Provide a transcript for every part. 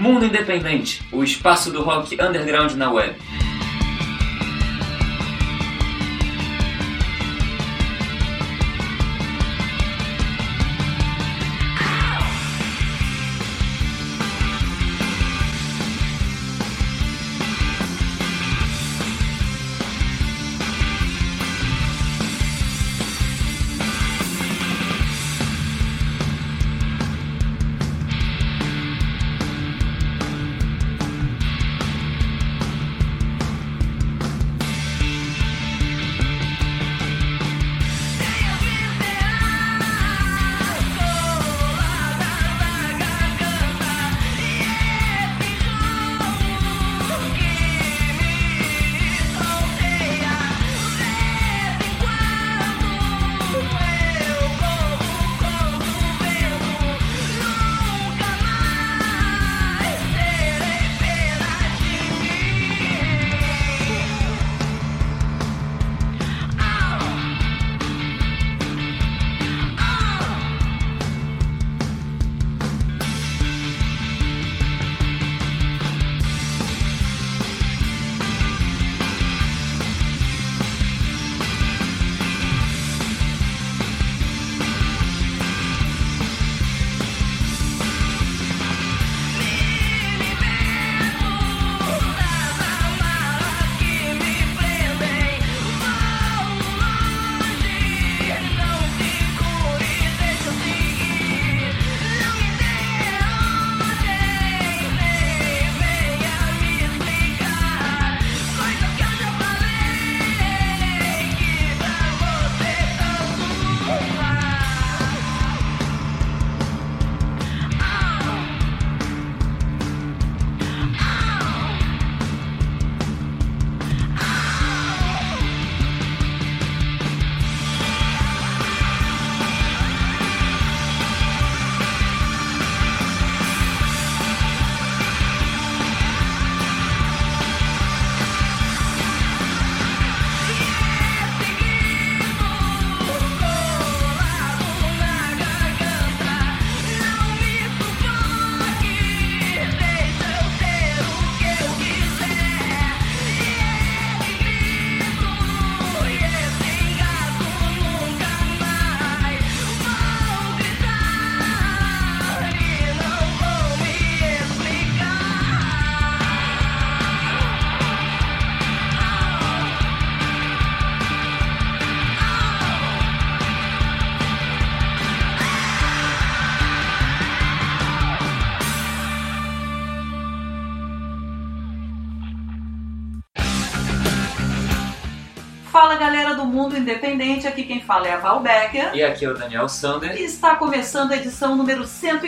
Mundo Independente, o espaço do rock underground na web. Fala galera do Mundo Independente, aqui quem fala é a Val Becker. E aqui é o Daniel Sander. E está começando a edição número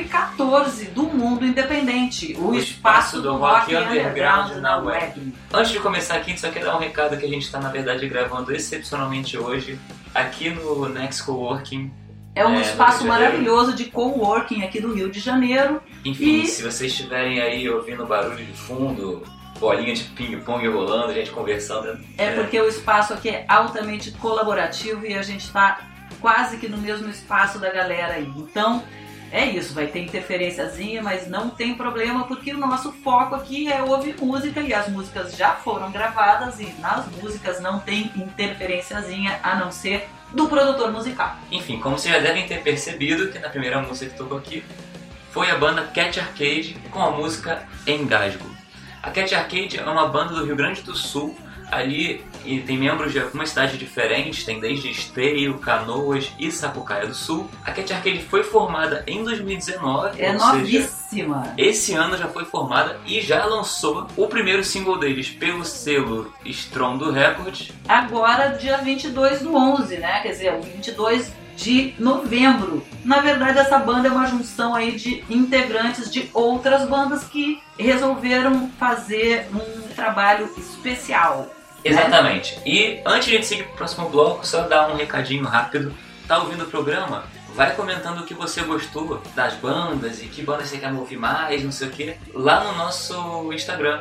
114 do Mundo Independente, o espaço do rock underground na web. Antes de começar aqui, a gente só quer dar um recado que a gente está na verdade gravando excepcionalmente hoje, aqui no Next Coworking. É um espaço maravilhoso de coworking aqui do Rio de Janeiro. Enfim, se vocês estiverem aí ouvindo barulho de fundo, bolinha de ping-pong rolando, a gente conversando. Porque o espaço aqui é altamente colaborativo e a gente está quase que no mesmo espaço da galera aí. Então, é isso, vai ter interferenciazinha, mas não tem problema porque o nosso foco aqui é ouvir música e as músicas já foram gravadas e nas músicas não tem interferenciazinha a não ser do produtor musical. Enfim, como vocês já devem ter percebido que na primeira música que tocou aqui foi a banda Cat Arcade com a música Engasgo. A Cat Arcade é uma banda do Rio Grande do Sul, ali e tem membros de algumas cidades diferentes, tem desde Esteio, Canoas e Sapucaia do Sul. A Cat Arcade foi formada em 2019, é novíssima. Seja, esse ano já foi formada e já lançou o primeiro single deles pelo selo Strondo Records. Agora, dia 22/11, né? Quer dizer, o 22 de novembro. Na verdade, essa banda é uma junção aí de integrantes de outras bandas que resolveram fazer um trabalho especial. Exatamente. Né? E antes de a gente seguir para o próximo bloco, só dar um recadinho rápido. Tá ouvindo o programa? Vai comentando o que você gostou das bandas e que bandas você quer ouvir mais, não sei o que, lá no nosso Instagram.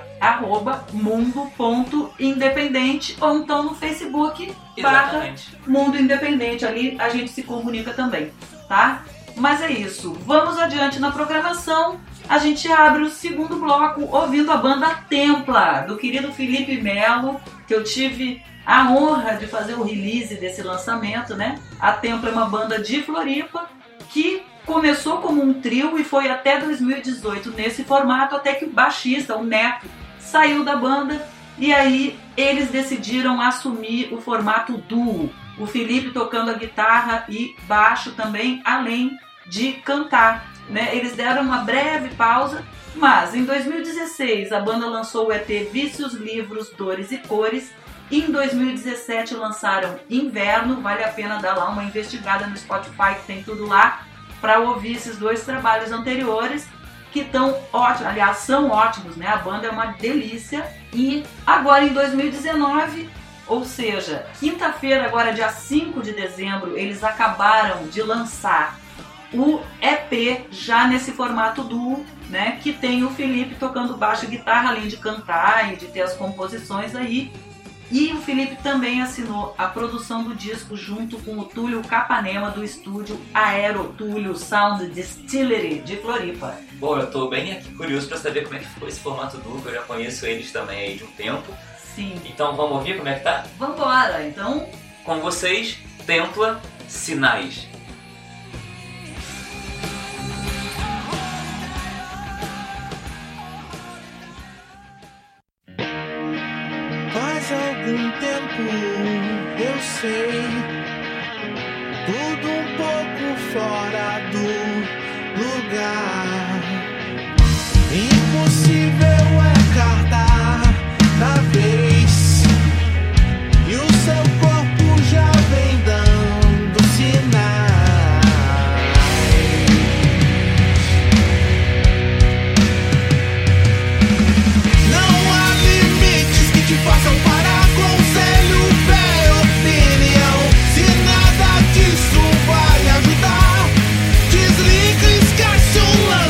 @mundo.independente ou então no Facebook /Mundo Independente. Ali a gente se comunica também, tá? Mas é isso. Vamos adiante na programação a gente abre o segundo bloco ouvindo a banda Templa, do querido Felipe Melo, que eu tive a honra de fazer o release desse lançamento, né? A Templa é uma banda de Floripa que começou como um trio e foi até 2018 nesse formato, até que o baixista, o Neto, saiu da banda e aí eles decidiram assumir o formato duo. O Felipe tocando a guitarra e baixo também, além de cantar, né? Eles deram uma breve pausa, mas em 2016 a banda lançou o EP Vícios, Livros, Dores e Cores. Em 2017 lançaram Inverno, vale a pena dar lá uma investigada no Spotify, que tem tudo lá, para ouvir esses dois trabalhos anteriores, que estão ótimos, aliás, são ótimos, né? A banda é uma delícia. E agora em 2019, ou seja, quinta-feira, agora dia 5 de dezembro, eles acabaram de lançar o EP já nesse formato duo, né? Que tem o Felipe tocando baixo e guitarra, além de cantar e de ter as composições aí. E o Felipe também assinou a produção do disco junto com o Túlio Capanema do estúdio Aero Túlio Sound Distillery de Floripa. Bom, eu tô bem aqui curioso para saber como é que ficou esse formato duplo, eu já conheço eles também aí de um tempo. Sim. Então vamos ouvir como é que tá? Vambora, então. Com vocês, Templa, Sinais. Faz algum tempo eu sei, tudo um pouco fora do lugar. Impossível é cartar da vez, e o seu corpo já vem dando sinais. Não há limites que te façam parar. Conselho, fé, opinião, se nada disso vai ajudar, desliga, esquece o lance.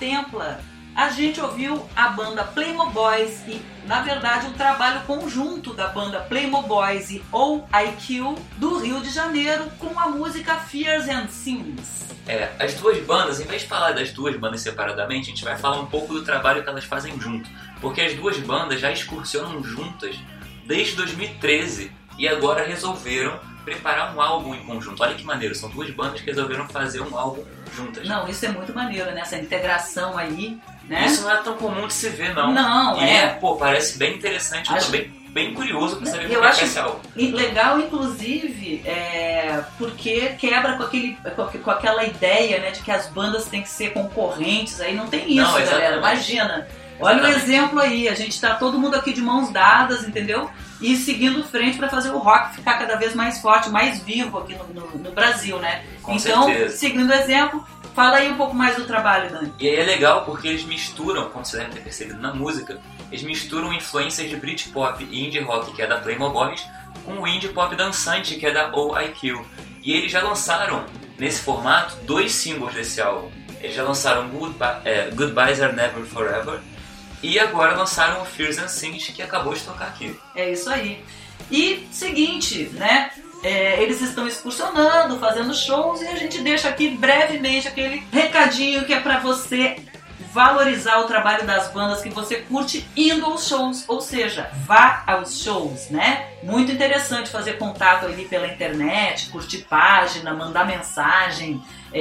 Contempla, a gente ouviu a banda Playmoboys e, na verdade, o trabalho conjunto da banda Playmoboys e OIQ do Rio de Janeiro com a música Fears and Sins. As duas bandas, em vez de falar das duas bandas separadamente, a gente vai falar um pouco do trabalho que elas fazem junto. Porque as duas bandas já excursionam juntas desde 2013 e agora resolveram preparar um álbum em conjunto. Olha que maneiro, são duas bandas que resolveram fazer um álbum juntas. Não, isso é muito maneiro, né? Essa integração aí, né? Isso não é tão comum de se ver, não. Não, parece bem interessante, eu tô bem curioso pra saber o que é esse álbum. Legal, inclusive, porque quebra com aquela ideia, né, de que as bandas têm que ser concorrentes, aí não tem isso, não, galera, imagina. Olha o exemplo aí, a gente tá todo mundo aqui de mãos dadas, entendeu? E seguindo frente para fazer o rock ficar cada vez mais forte, mais vivo aqui no Brasil, né? Com então, certeza. Seguindo o exemplo, fala aí um pouco mais do trabalho, Dani. E aí é legal porque eles misturam, como você deve ter percebido na música, eles misturam influências de Britpop e indie rock, que é da Playmoboys, com o indie pop dançante, que é da OIQ. E eles já lançaram, nesse formato, 2 singles desse álbum. Eles já lançaram Goodbyes Are Never Forever e agora lançaram o Fears and Sins, que acabou de tocar aqui. É isso aí. E seguinte, né? Eles estão excursionando, fazendo shows e a gente deixa aqui brevemente aquele recadinho que é pra você valorizar o trabalho das bandas que você curte indo aos shows, ou seja, vá aos shows, né? Muito interessante fazer contato ali pela internet, curtir página, mandar mensagem,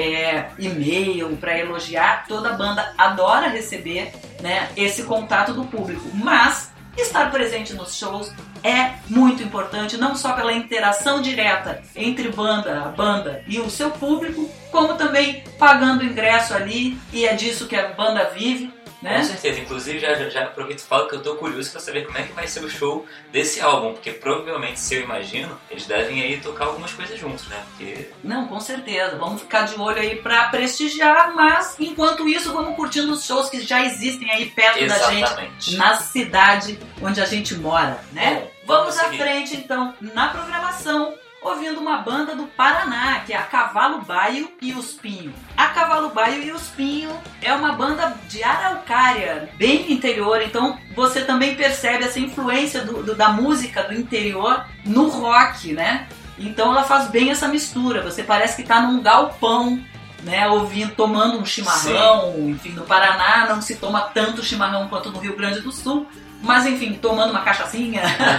e-mail para elogiar. Toda banda adora receber, né, esse contato do público, mas estar presente nos shows é muito importante, não só pela interação direta entre a banda e o seu público, como também pagando ingresso ali, e é disso que a banda vive, né? Com certeza, inclusive já aproveito e falo que eu tô curioso para saber como é que vai ser o show desse álbum, porque provavelmente, se eu imagino, eles devem aí tocar algumas coisas juntos, né? Porque... Não, com certeza, vamos ficar de olho aí para prestigiar, mas enquanto isso vamos curtindo os shows que já existem aí perto da gente, na cidade onde a gente mora, né? Vamos à frente então na programação, ouvindo uma banda do Paraná, que é a Cavalo Baio e os Pinho. A Cavalo Baio e os Pinho é uma banda de Araucária, bem interior, então você também percebe essa influência da música do interior no rock, né? Então ela faz bem essa mistura, você parece que tá num galpão, né, tomando um chimarrão. Sim. Enfim, no Paraná não se toma tanto chimarrão quanto no Rio Grande do Sul, mas enfim, tomando uma cachaçinha,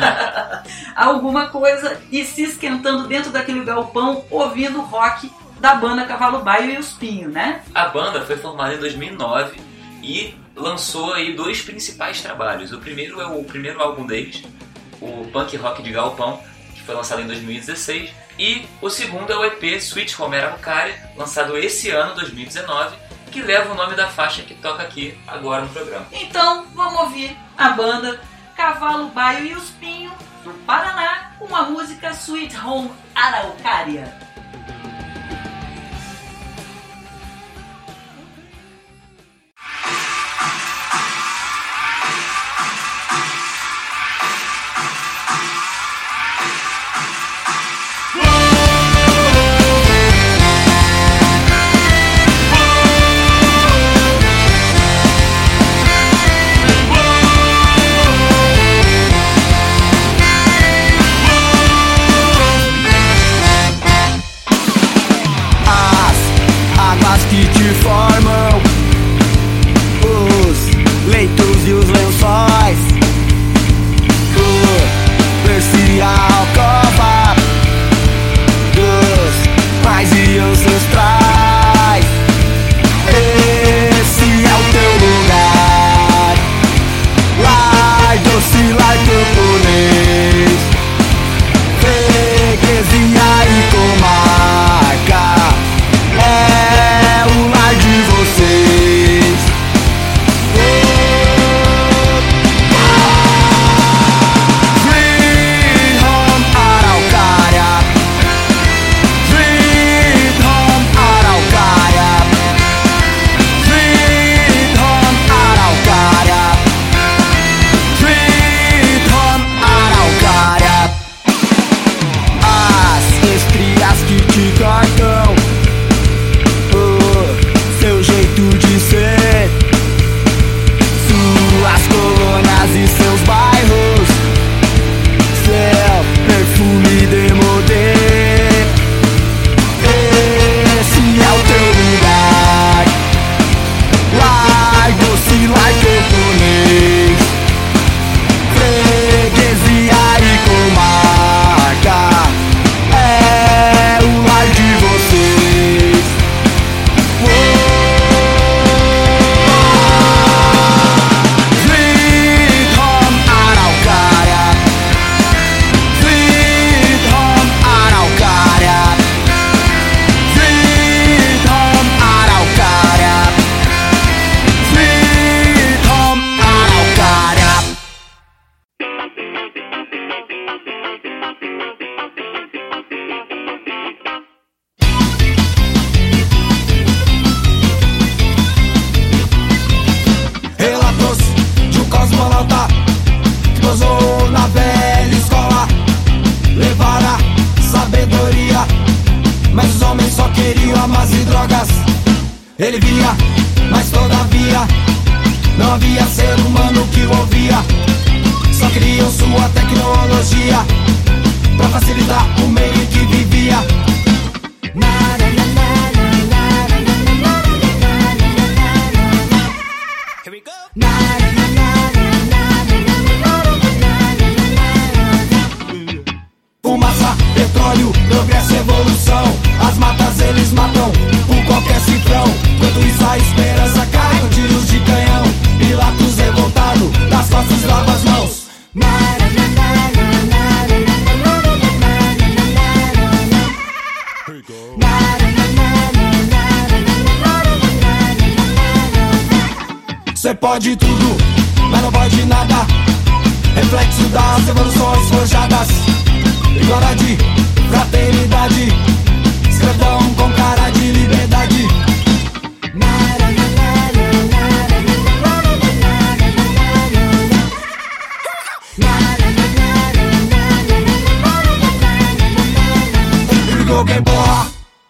alguma coisa, e se esquentando dentro daquele galpão, ouvindo rock da banda Cavalo Baio e os Pinho, né? A banda foi formada em 2009 e lançou aí 2 principais trabalhos. O primeiro é o primeiro álbum deles, o Punk Rock de Galpão, que foi lançado em 2016, e o segundo é o EP Sweet Home Araucária, lançado esse ano, 2019, que leva o nome da faixa que toca aqui agora no programa. Então, vamos ouvir a banda Cavalo Baio e os Pinho, do Paraná, com a música Sweet Home Araucária. criam sua tecnologia pra facilitar o meio em que vivia. Fumaça, petróleo, progresso, evolução. As matas eles matam por qualquer cifrão. Enquanto isso a esperança cai com tiros de canhão. Pilatos revoltado, das costas lava as mãos. Cê pode tudo, mas não pode nada. Reflexo das evoluções forjadas. Igualdade, fraternidade, escravidão com cara de liberdade. Quem porra?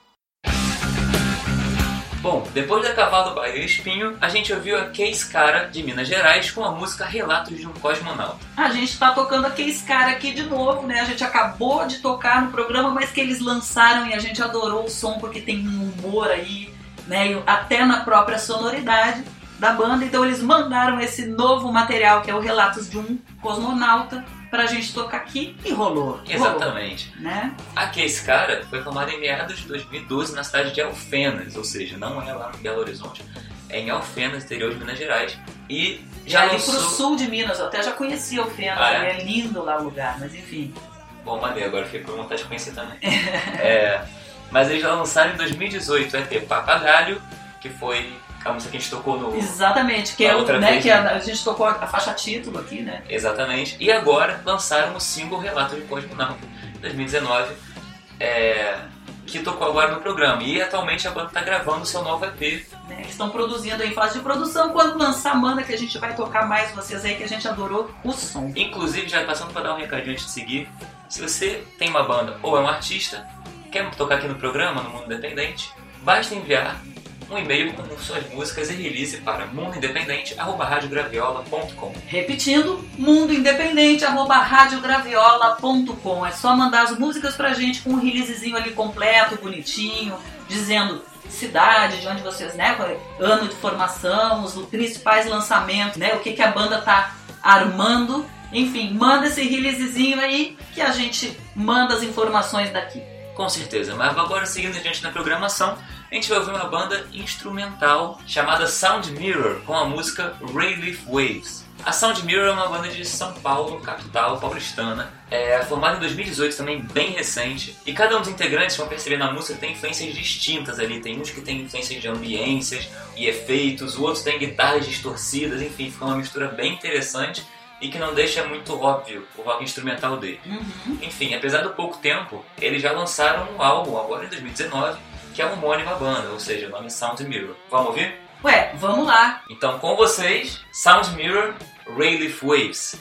Bom, depois da Cavalo Bahia e Espinho, a gente ouviu a Case Cara de Minas Gerais com a música Relatos de um Cosmonauta. A gente tá tocando a Case Cara aqui de novo, né? A gente acabou de tocar no programa, mas que eles lançaram e a gente adorou o som porque tem um humor aí, né? E até na própria sonoridade da banda. Então eles mandaram esse novo material que é o Relatos de um Cosmonauta pra gente tocar aqui e rolou. Exatamente. Rolou, né? A Case Cara foi formada em meados de 2012 na cidade de Alfenas, ou seja, não é lá no Belo Horizonte, é em Alfenas, interior de Minas Gerais. E já ali lançou... pro sul de Minas, eu até já conheci Alfenas, é lindo lá o lugar, mas enfim. Bom, maneiro, agora fiquei com vontade de conhecer também. Mas eles já lançaram em 2018 o EP Papagaio, que foi a música que a gente tocou no... Exatamente, que, que a gente tocou a faixa título aqui, né? Exatamente. E agora lançaram o single Relatos de um Cosmonauta, 2019, que tocou agora no programa. E atualmente a banda está gravando o seu novo EP. Eles estão produzindo em fase de produção. Quando lançar a banda, que a gente vai tocar mais vocês aí, que a gente adorou o som. Inclusive, já passando para dar um recadinho antes de seguir, se você tem uma banda ou é um artista, quer tocar aqui no programa, no Mundo Independente, basta enviar um e-mail com suas músicas e release para mundoindependente@radiograviola.com. Repetindo, mundoindependente@radiograviola.com. É só mandar as músicas pra gente com um releasezinho ali completo, bonitinho, dizendo cidade, de onde vocês, né, ano de formação, os principais lançamentos, né, o que a banda tá armando. Enfim, manda esse releasezinho aí que a gente manda as informações daqui. Com certeza, mas agora seguindo adiante na programação, a gente vai ouvir uma banda instrumental chamada Sound Mirror com a música Rayleaf Waves. A Sound Mirror é uma banda de São Paulo, capital paulistana, formada em 2018, também bem recente, e cada um dos integrantes, vão perceber na música, tem influências distintas ali. Tem uns que tem influências de ambiências e efeitos, outros tem guitarras distorcidas, enfim, fica uma mistura bem interessante e que não deixa muito óbvio o rock instrumental dele. Enfim, apesar do pouco tempo, eles já lançaram um álbum agora em 2019, que é homônimo à banda, ou seja, o nome é Sound Mirror. Vamos ouvir? Ué, vamos lá! Então com vocês, Sound Mirror, Rayleaf Waves.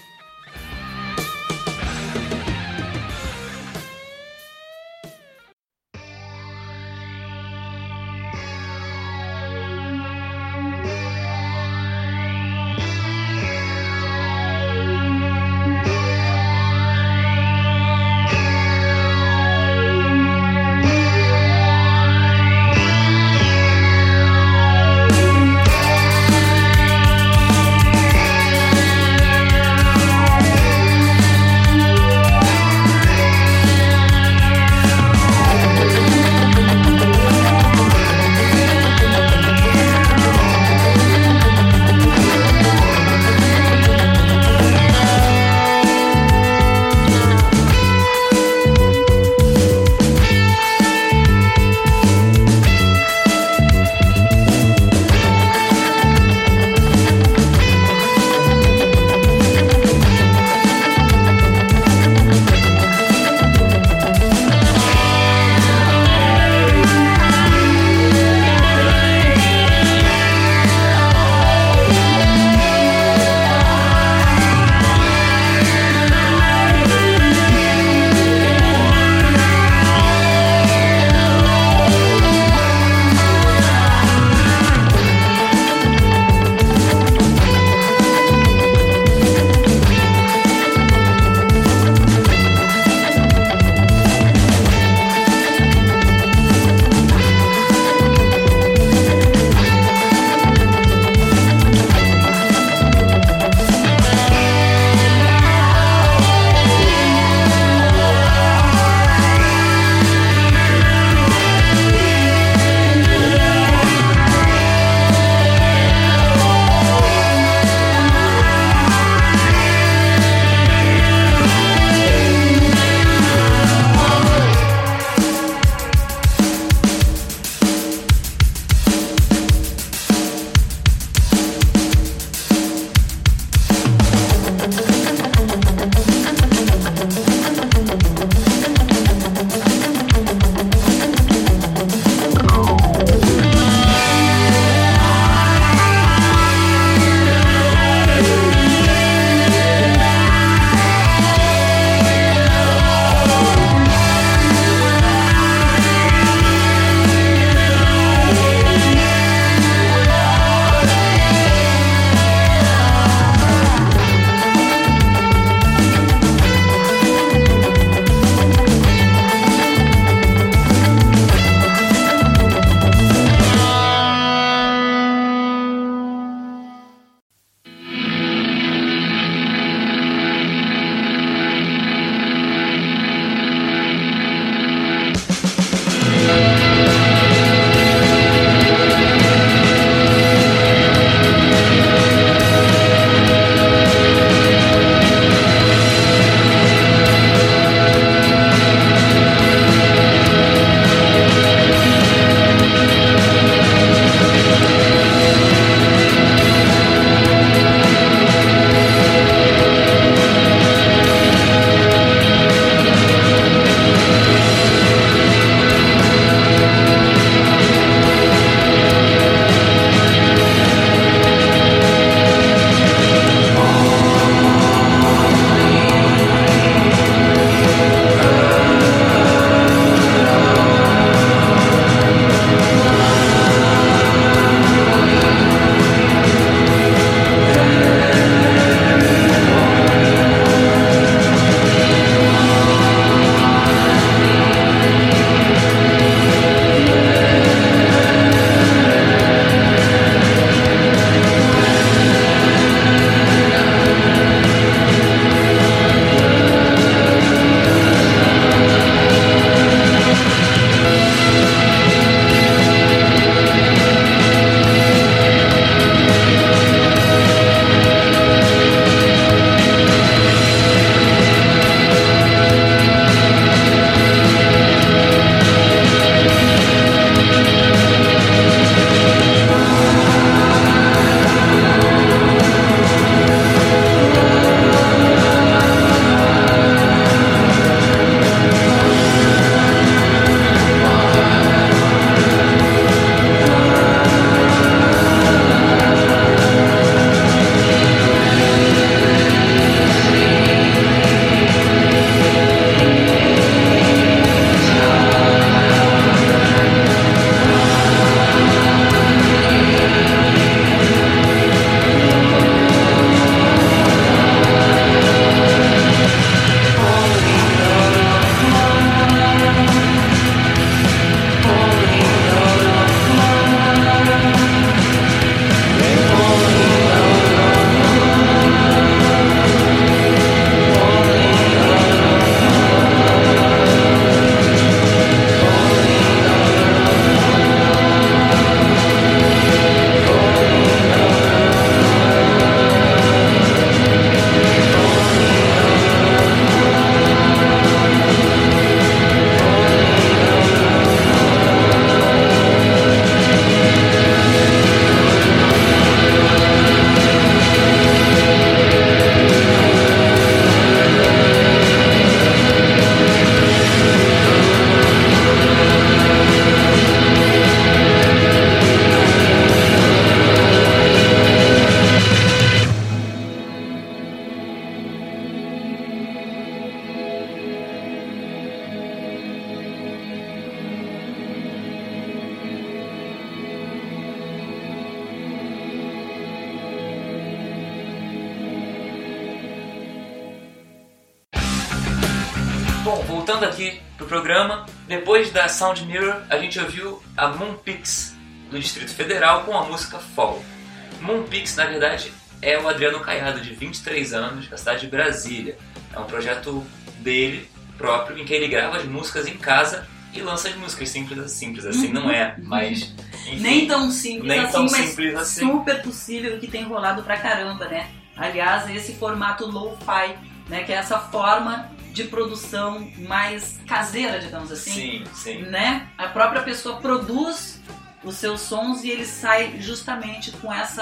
Bom, voltando aqui pro programa, depois da Sound Mirror, a gente ouviu a Moonpix, do Distrito Federal, com a música Fall. Moonpix, na verdade, é o Adriano Caiado, de 23 anos, da cidade de Brasília. É um projeto dele próprio, em que ele grava as músicas em casa e lança as músicas simples assim, não é, mas... Enfim, nem tão simples nem assim, tão mas simples assim. super possível, que tem rolado pra caramba, né? Aliás, esse formato lo-fi, né? Que é essa forma de produção mais caseira, digamos assim. Sim, sim. Né? A própria pessoa produz os seus sons e ele sai justamente com essa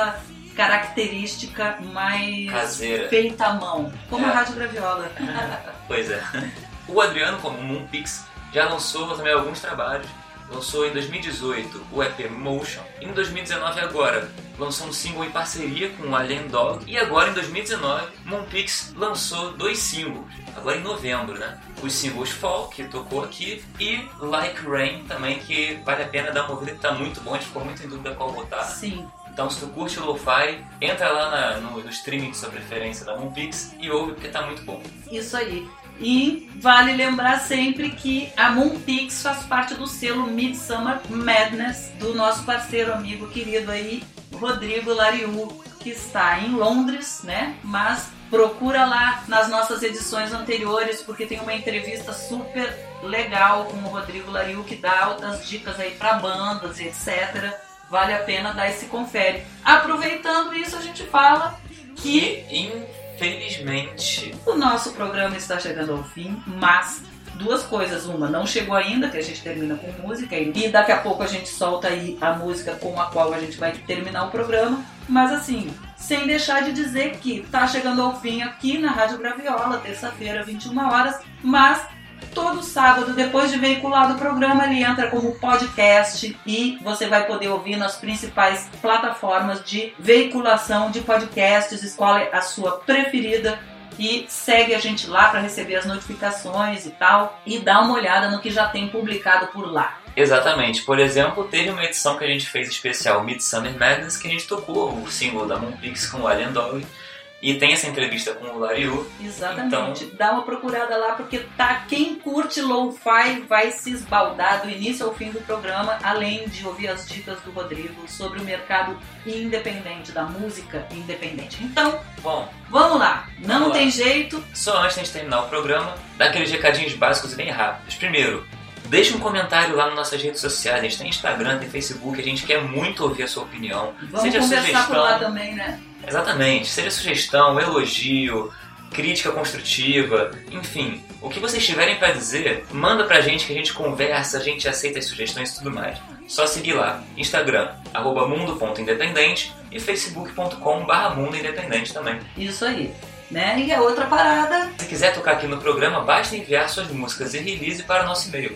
característica mais caseira, feita à mão, como a Rádio Graviola. Pois é. O Adriano, como Moonpix, já lançou também alguns trabalhos. Lançou em 2018 o EP Motion. Em 2019 agora lançou um single em parceria com o Alien Dog. E agora em 2019 Moonpix lançou 2 singles. Agora em novembro, né? Os singles Fall, que tocou aqui, e Like Rain também, que vale a pena dar uma ouvida, que tá muito bom. A gente ficou muito em dúvida qual botar. Sim. Então se tu curte o Lo-Fi, entra lá no streaming de sua preferência da Moonpix e ouve, porque tá muito bom. Isso aí. E vale lembrar sempre que a Moonpix faz parte do selo Midsummer Madness do nosso parceiro, amigo querido aí, Rodrigo Lariu, que está em Londres, né? Mas procura lá nas nossas edições anteriores, porque tem uma entrevista super legal com o Rodrigo Lariu, que dá altas dicas aí para bandas e etc. Vale a pena dar esse confere. Aproveitando isso, a gente fala que infelizmente o nosso programa está chegando ao fim, mas 2 coisas. Uma, não chegou ainda, que a gente termina com música, e daqui a pouco a gente solta aí a música com a qual a gente vai terminar o programa. Mas assim, sem deixar de dizer que tá chegando ao fim aqui na Rádio Graviola, terça-feira, 21 horas, mas todo sábado, depois de veiculado o programa, ele entra como podcast e você vai poder ouvir nas principais plataformas de veiculação de podcasts. Escolhe a sua preferida e segue a gente lá para receber as notificações e tal, e dá uma olhada no que já tem publicado por lá. Exatamente. Por exemplo, teve uma edição que a gente fez especial Midsummer Madness, que a gente tocou o single da Moonpix com o Alien Dog. E tem essa entrevista com o Lariu. Exatamente. Então, dá uma procurada lá, porque tá, quem curte Lo-Fi vai se esbaldar do início ao fim do programa, além de ouvir as dicas do Rodrigo sobre o mercado independente, da música independente. Então, bom, vamos lá. Não tem jeito. Só antes de terminar o programa, dá aqueles recadinhos básicos e bem rápidos. Primeiro, deixa um comentário lá nas nossas redes sociais. A gente tem Instagram, tem Facebook. A gente quer muito ouvir a sua opinião. Vamos seja conversar sugestão, por lá também, né? Exatamente. Seja sugestão, elogio, crítica construtiva, enfim. O que vocês tiverem pra dizer, manda pra gente que a gente conversa, a gente aceita as sugestões e tudo mais. Só seguir lá. Instagram, @mundo.independente e facebook.com/mundoindependente também. Isso aí. Né? E a outra parada... Se quiser tocar aqui no programa, basta enviar suas músicas e release para o nosso e-mail,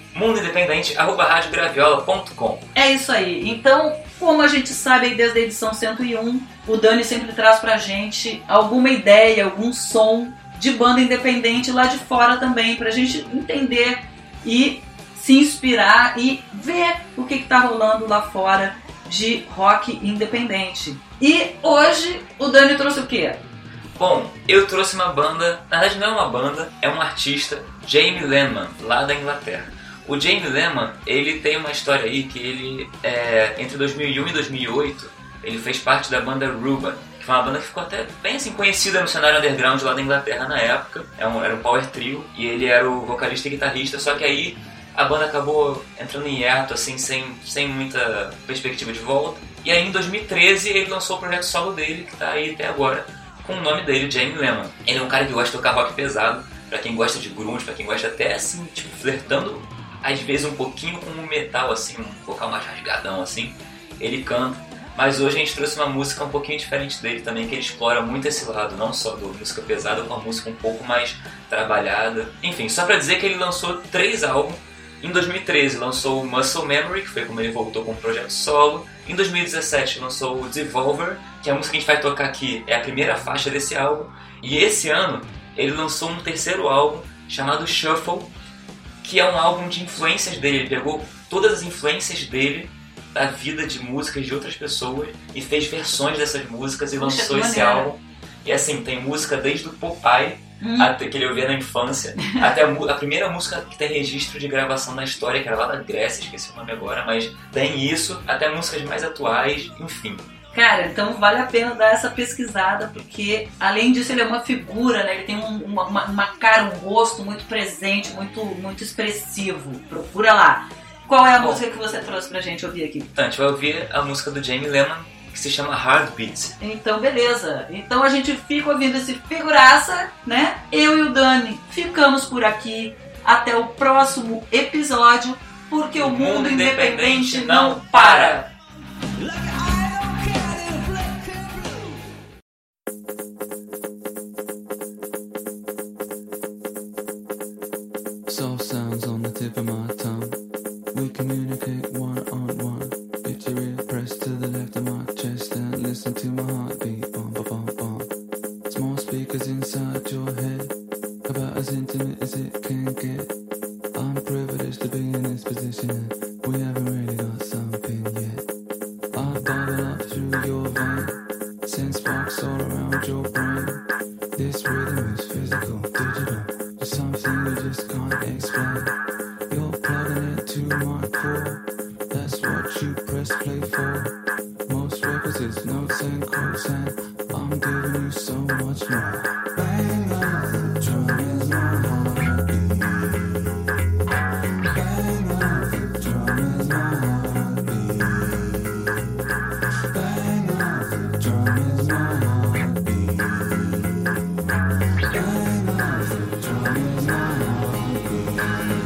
mundoindependente@radiograviola.com. É isso aí. Então, como a gente sabe desde a edição 101, o Dani sempre traz pra gente alguma ideia, algum som de banda independente lá de fora também, pra gente entender e se inspirar e ver o que tá rolando lá fora de rock independente. E hoje o Dani trouxe o quê? Bom, eu trouxe uma banda, na verdade não é uma banda, é um artista, Jamie Lehman, lá da Inglaterra. O Jamie Lehman, ele tem uma história aí que ele, entre 2001 e 2008, ele fez parte da banda Ruben, que foi uma banda que ficou até bem assim conhecida no cenário underground lá da Inglaterra na época. Era um power trio e ele era o vocalista e guitarrista, só que aí a banda acabou entrando em hiato, assim, sem muita perspectiva de volta. E aí em 2013 ele lançou o projeto solo dele, que tá aí até agora, com o nome dele, Jamie Lehman. Ele é um cara que gosta de tocar rock pesado, pra quem gosta de grunge, pra quem gosta até assim, tipo, flertando às vezes um pouquinho com um metal, assim, um vocal mais rasgadão, assim. Ele canta, mas hoje a gente trouxe uma música um pouquinho diferente dele também, que ele explora muito esse lado, não só da música pesada, com a música um pouco mais trabalhada. Enfim, só pra dizer que ele lançou 3 álbuns. Em 2013 lançou o Muscle Memory, que foi como ele voltou com um projeto solo. Em 2017 lançou o Devolver, que a música que a gente vai tocar aqui é a primeira faixa desse álbum. E esse ano ele lançou um 3º álbum chamado Shuffle, que é um álbum de influências dele. Ele pegou todas as influências dele da vida de músicas de outras pessoas e fez versões dessas músicas e lançou esse álbum. E assim, tem música desde o Popeye, até que ele ouvia na infância, até a primeira música que tem registro de gravação na história, que era lá da Grécia, esqueci o nome agora, mas tem isso, até músicas mais atuais, enfim. Cara, então vale a pena dar essa pesquisada, porque além disso ele é uma figura, né? Ele tem uma cara, um rosto muito presente, muito expressivo. Procura lá. Qual é a música que você trouxe pra gente ouvir aqui? Então, a gente vai ouvir a música do Jamie Lehman, que se chama Heartbeat. Então, beleza. Então a gente fica ouvindo esse figuraça, né? Eu e o Dani ficamos por aqui. Até o próximo episódio, porque o mundo independente não para. Soft sounds on the tip of my tongue. We communicate one-on-one. Get your ear pressed to the left of my chest and listen to my heartbeat. Bum, bum, bum, bum. Small speakers inside your head, about as intimate as it can get. I'm privileged to be in this position and we haven't really got something yet. I bubble up through your vein, send sparks all around your brain. This rhythm is physical, digital, just something you just can't explain. You're plugging it to my core, that's what you press play for. Most records is notes and quotes and I'm giving you so much more. Bang of the drum is my heartbeat. Bang of the drum is my heartbeat. Bang of the drum is my heartbeat. Bang of the drum is my heartbeat.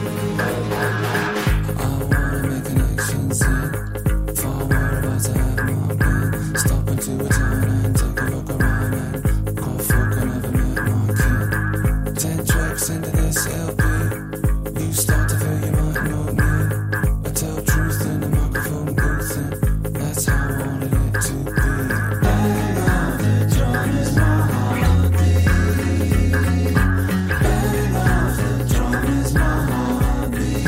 I wanna make connections in far whereabouts I have not been. Stop into a town and take a look around and call folk I never met my kin. 10 tracks into this LP, you start to feel you might know me. I tell truth in the microphone booth and that's how I wanted it to be. Bang of the drum is my heartbeat. Bang of the drum is my heartbeat.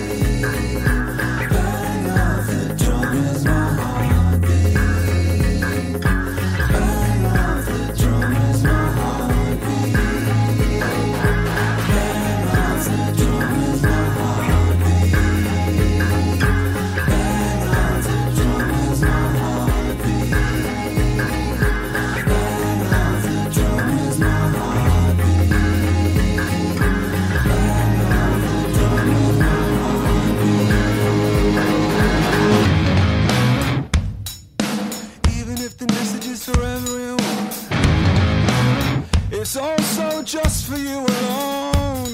Bang of the drum is my heartbeat. Bang of the drum is my heartbeat. Bang of the drum is my heartbeat. Bang of the drum is my heartbeat. Bang of the drum is my heartbeat. Even if the message is for everyone, it's also just for you alone.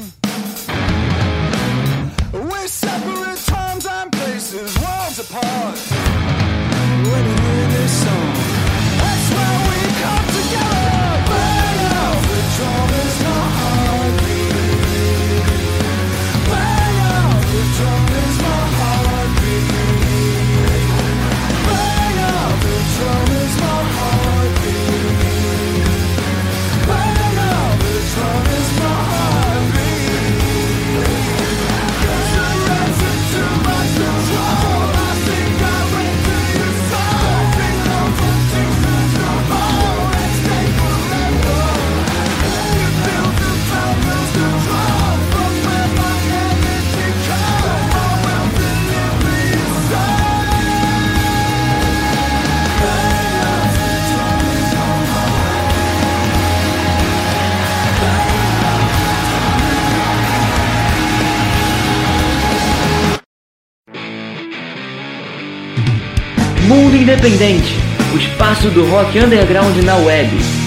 We're separate times and places, worlds apart. When you hear this song, that's where we come together. Bang out the drum is my heartbeat. Bang out the drum is my heartbeat. Bang out the drum is my heartbeat. Bang out the drum is my heartbeat. There's a ransom to my control. I think I went to your soul. Bring on the things that go home. Let's stay forever. You feel the powers control from where my energy comes. I will deliver your soul. Bang out the drum is my Mundo Independente, o espaço do rock underground na web.